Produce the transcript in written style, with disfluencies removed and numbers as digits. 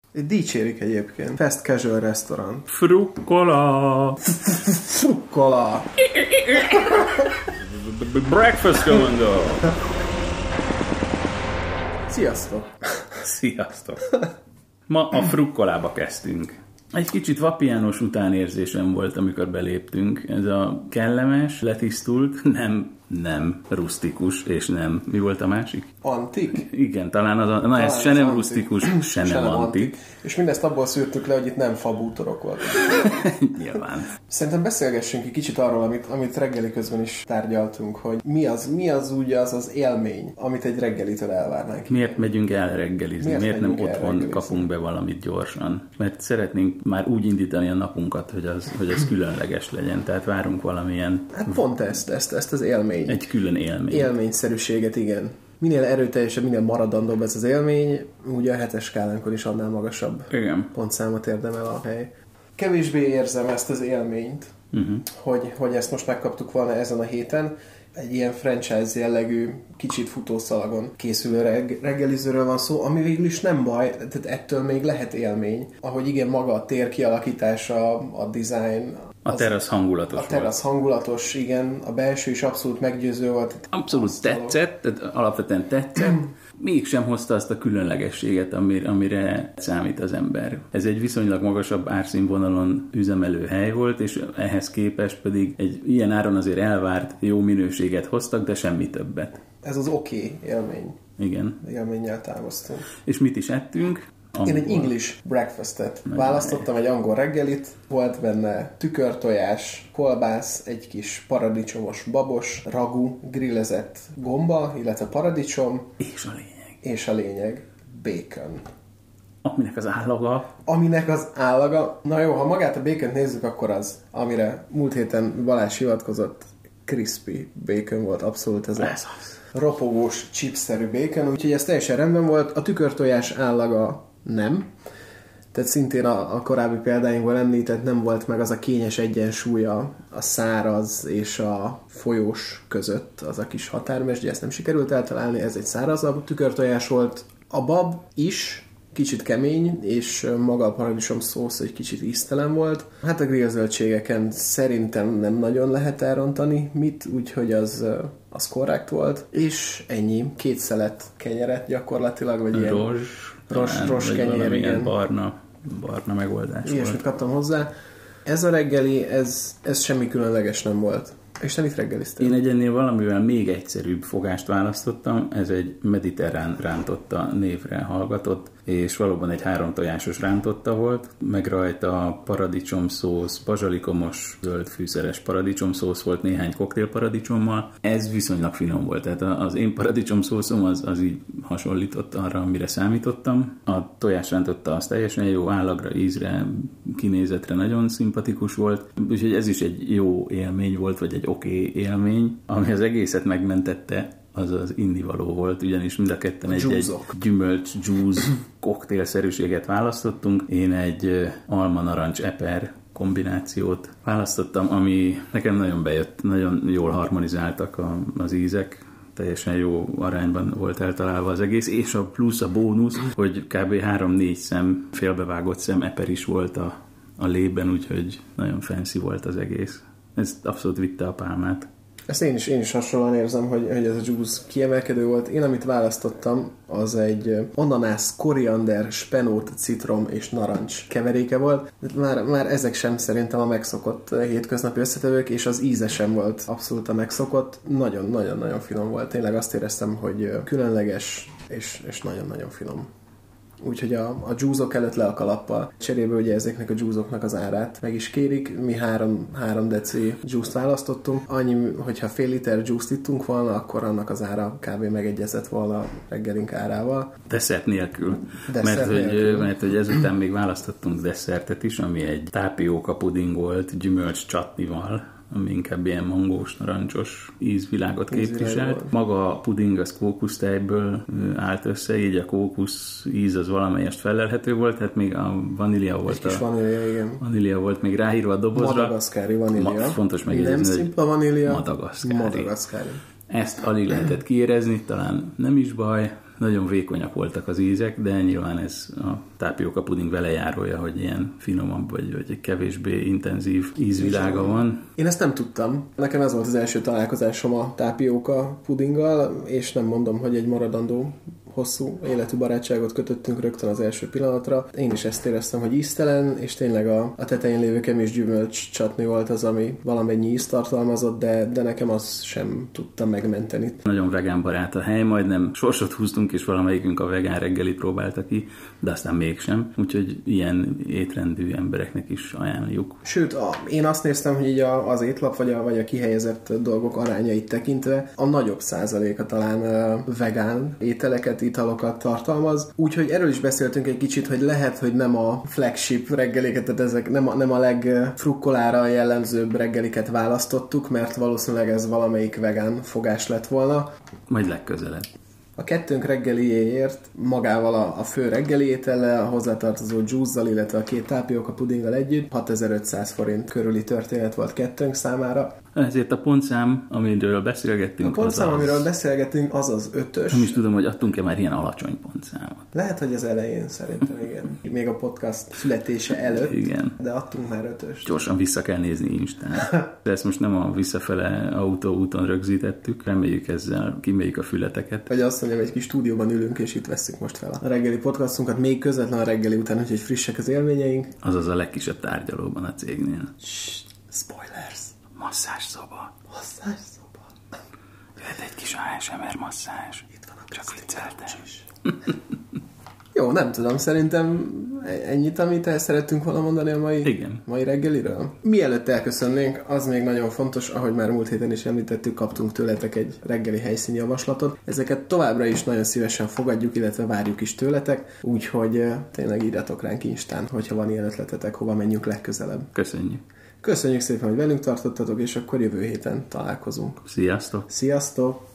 Dicsérik egyébként. Fast casual restaurant. Frukkola! Frukkola! Breakfast comando! Sziasztok! Sziasztok! Ma a frukkolába kezdtünk. Egy kicsit vapiános utánérzésem volt, amikor beléptünk. Ez a kellemes, letisztult, nem rusztikus, és nem... Mi volt a másik? Antik? Igen, talán az na ez se nem antik. Rusztikus, se nem antik. És mindezt abból szűrtük le, hogy itt nem fabútorok voltak. Nyilván. Szerintem beszélgessünk egy kicsit arról, amit reggeli közben is tárgyaltunk, hogy mi az úgy az élmény, amit egy reggelitől elvárnánk. Miért megyünk el reggelizni? Miért nem otthon kapunk be valamit gyorsan? Mert szeretnénk már úgy indítani a napunkat, hogy az különleges legyen. Tehát várunk valamilyen... Hát pont ezt az élmény. Egy külön élmény. Élményszerűséget, igen. Minél erőteljesebb, minél maradandóbb ez az élmény, ugye a 7-es skálánkon is annál magasabb pontszámot érdemel a hely. Kevésbé érzem ezt az élményt, hogy ezt most megkaptuk volna ezen a héten. Egy ilyen franchise jellegű, kicsit futószalagon készülő reggelizőről van szó, ami végül is nem baj, tehát ettől még lehet élmény. Ahogy igen, maga a tér kialakítása, a design... A terasz hangulatos volt. A terasz hangulatos, igen. A belső is abszolút meggyőző volt. Abszolút tetszett, tehát alapvetően tetszett. Mégsem hozta azt a különlegességet, amire számít az ember. Ez egy viszonylag magasabb árszínvonalon üzemelő hely volt, és ehhez képest pedig egy ilyen áron azért elvárt jó minőséget hoztak, de semmi többet. Ez az oké élmény. Igen. Élménnyel távoztunk. És mit is ettünk? Én egy English breakfastet választottam, egy angol reggelit, volt benne tükörtojás, kolbász, egy kis paradicsomos babos, ragu, grillezett gomba, illetve paradicsom. És a lényeg, bacon. Aminek az állaga, na jó, ha magát a bacont nézzük, akkor az, amire múlt héten Balázs hivatkozott, crispy bacon volt, abszolút ez az. Ropogós, chipszerű bacon, úgyhogy ez teljesen rendben volt. A tükörtojás állaga nem. Tehát szintén a korábbi példáinkból említett nem volt meg az a kényes egyensúlya a száraz és a folyós között, az a kis határmesdje, ezt nem sikerült eltalálni, ez egy szárazabb tükörtojás volt. A bab is kicsit kemény, és maga a paradicsom szósz egy kicsit íztelen volt. Hát a grillzöldségeken szerintem nem nagyon lehet elrontani mit, úgyhogy az korrekt volt. És ennyi, 2 szelet kenyeret gyakorlatilag, vagy ilyen rozs kenyér, igen. Barna megoldás volt. Ilyesmit kaptam hozzá. Ez a reggeli, ez semmi különleges nem volt. És te mit reggeliztél? Én egy ennél valamivel még egyszerűbb fogást választottam, ez egy mediterrán rántotta névre hallgatott, és valóban egy 3 tojásos rántotta volt, meg rajta paradicsomszósz, bazsalikomos, zöld fűszeres paradicsomszósz volt néhány koktélparadicsommal. Ez viszonylag finom volt, tehát az én paradicsomszószom az így hasonlított arra, amire számítottam. A tojás rántotta az teljesen jó, állagra, ízre, kinézetre nagyon szimpatikus volt, úgyhogy ez is egy jó élmény volt, vagy egy oké élmény, ami az egészet megmentette, az innivaló volt, ugyanis mind a ketten egy gyümölcs juice koktélszerűséget választottunk. Én egy alma-narancs-eper kombinációt választottam, ami nekem nagyon bejött, nagyon jól harmonizáltak az ízek, teljesen jó arányban volt eltalálva az egész, és a plusz, a bónusz, hogy kb. 3-4 szem, félbevágott szem eper is volt a lében, úgyhogy nagyon fancy volt az egész. Ez abszolút vitte a pálmát. Ezt én is hasonlóan érzem, hogy ez a juice kiemelkedő volt. Én, amit választottam, az egy ananász, koriander, spenót, citrom és narancs keveréke volt. Már ezek sem szerintem a megszokott hétköznapi összetevők, és az íze sem volt abszolút a megszokott. Nagyon-nagyon finom volt. Tényleg azt éreztem, hogy különleges és nagyon-nagyon finom. Úgyhogy a juice-ok előtt le a kalappal. Cserébe ugye ezeknek a juice-oknak az árát meg is kérik. Mi 3 deci juice-t választottunk. Annyi, hogyha fél liter juice-t ittunk volna, akkor annak az ára kb. Megegyezett volna reggelink árával. Desszert nélkül. Mert hogy ezután még választottunk desszertet is, ami egy tápióka puding volt gyümölcs csatnival, ami inkább ilyen mangós, narancsos ízvilágot képviselt. Maga a puding az kókusztejből állt össze, így a kókusz íz az valamelyest felelhető volt, tehát még a vanília volt. Egy kis vanília, igen. Vanília volt még ráírva a dobozra. Madagaszkári vanília. Fontos megjegyezni, nem szimpla vanília, Madagaszkári. Ezt alig lehetett kiérezni, talán nem is baj, nagyon vékonyak voltak az ízek, de nyilván ez a tápióka puding velejárója, hogy ilyen finomabb, vagy kevésbé intenzív ízvilága van. Én ezt nem tudtam. Nekem ez volt az első találkozásom a tápióka pudinggal, és nem mondom, hogy egy maradandó hosszú életű barátságot kötöttünk rögtön az első pillanatra. Én is ezt éreztem, hogy íztelen, és tényleg a tetején lévő kemés gyümölcs csatni volt az, ami valamennyi ízt tartalmazott, de nekem azt sem tudtam megmenteni. Nagyon vegán barát a hely, majdnem sorsot húztunk, és valamelyikünk a vegán reggelit próbálta ki, de aztán mégsem. Úgyhogy ilyen étrendű embereknek is ajánljuk. Sőt, én azt néztem, hogy így az étlap vagy a kihelyezett dolgok arányait tekintve a nagyobb százaléka talán vegán ételeket, italokat tartalmaz. Úgyhogy erről is beszéltünk egy kicsit, hogy lehet, hogy nem a flagship reggeliket, tehát ezek nem a legfrukkolára jellemzőbb reggeliket választottuk, mert valószínűleg ez valamelyik vegán fogás lett volna. Majd legközelebb. A kettőnk reggeliéért magával a fő reggeli étellel, a hozzátartozó juice-zal, illetve a 2 tápióka pudinggal együtt 6500 forint körüli történet volt kettőnk számára. Ezért a pontszám, amiről beszélgettünk, a pontszám, amiről beszélgettünk, az az 5-ös. Nem is tudom, hogy adtunk-e már ilyen alacsony pontszámot. Lehet, hogy az elején szerintem, igen. Még a podcast születése előtt, igen. De adtunk már 5-ös. Gyorsan vissza kell nézni Instán. De ezt most nem a visszafele autóúton rögzítettük, reméljük ezzel kiméljük a fületeket. Vagy azt mondjam, egy kis stúdióban ülünk, és itt vesszük most fel a reggeli podcastunkat, még közvetlen a reggeli után, úgyhogy frissek az élményeink. Azaz a legkisebb tárgyalóban a cégnél. Spoilers. Masszázszoba. Masszázszoba. Jöhet egy kis ASMR masszázs. Itt van a csak vicceltem. Jó, nem tudom, szerintem ennyit, amit el szerettünk volna mondani a mai reggeliről. Mielőtt elköszönnénk, az még nagyon fontos, ahogy már múlt héten is említettük, kaptunk tőletek egy reggeli helyszínjavaslatot. Ezeket továbbra is nagyon szívesen fogadjuk, illetve várjuk is tőletek, úgyhogy tényleg írjatok ránk Instán, hogyha van ilyen ötletetek, hova menjünk legközelebb. Köszönjük. Köszönjük szépen, hogy velünk tartottatok, és akkor jövő héten találkozunk. Sziasztok! Sziasztok!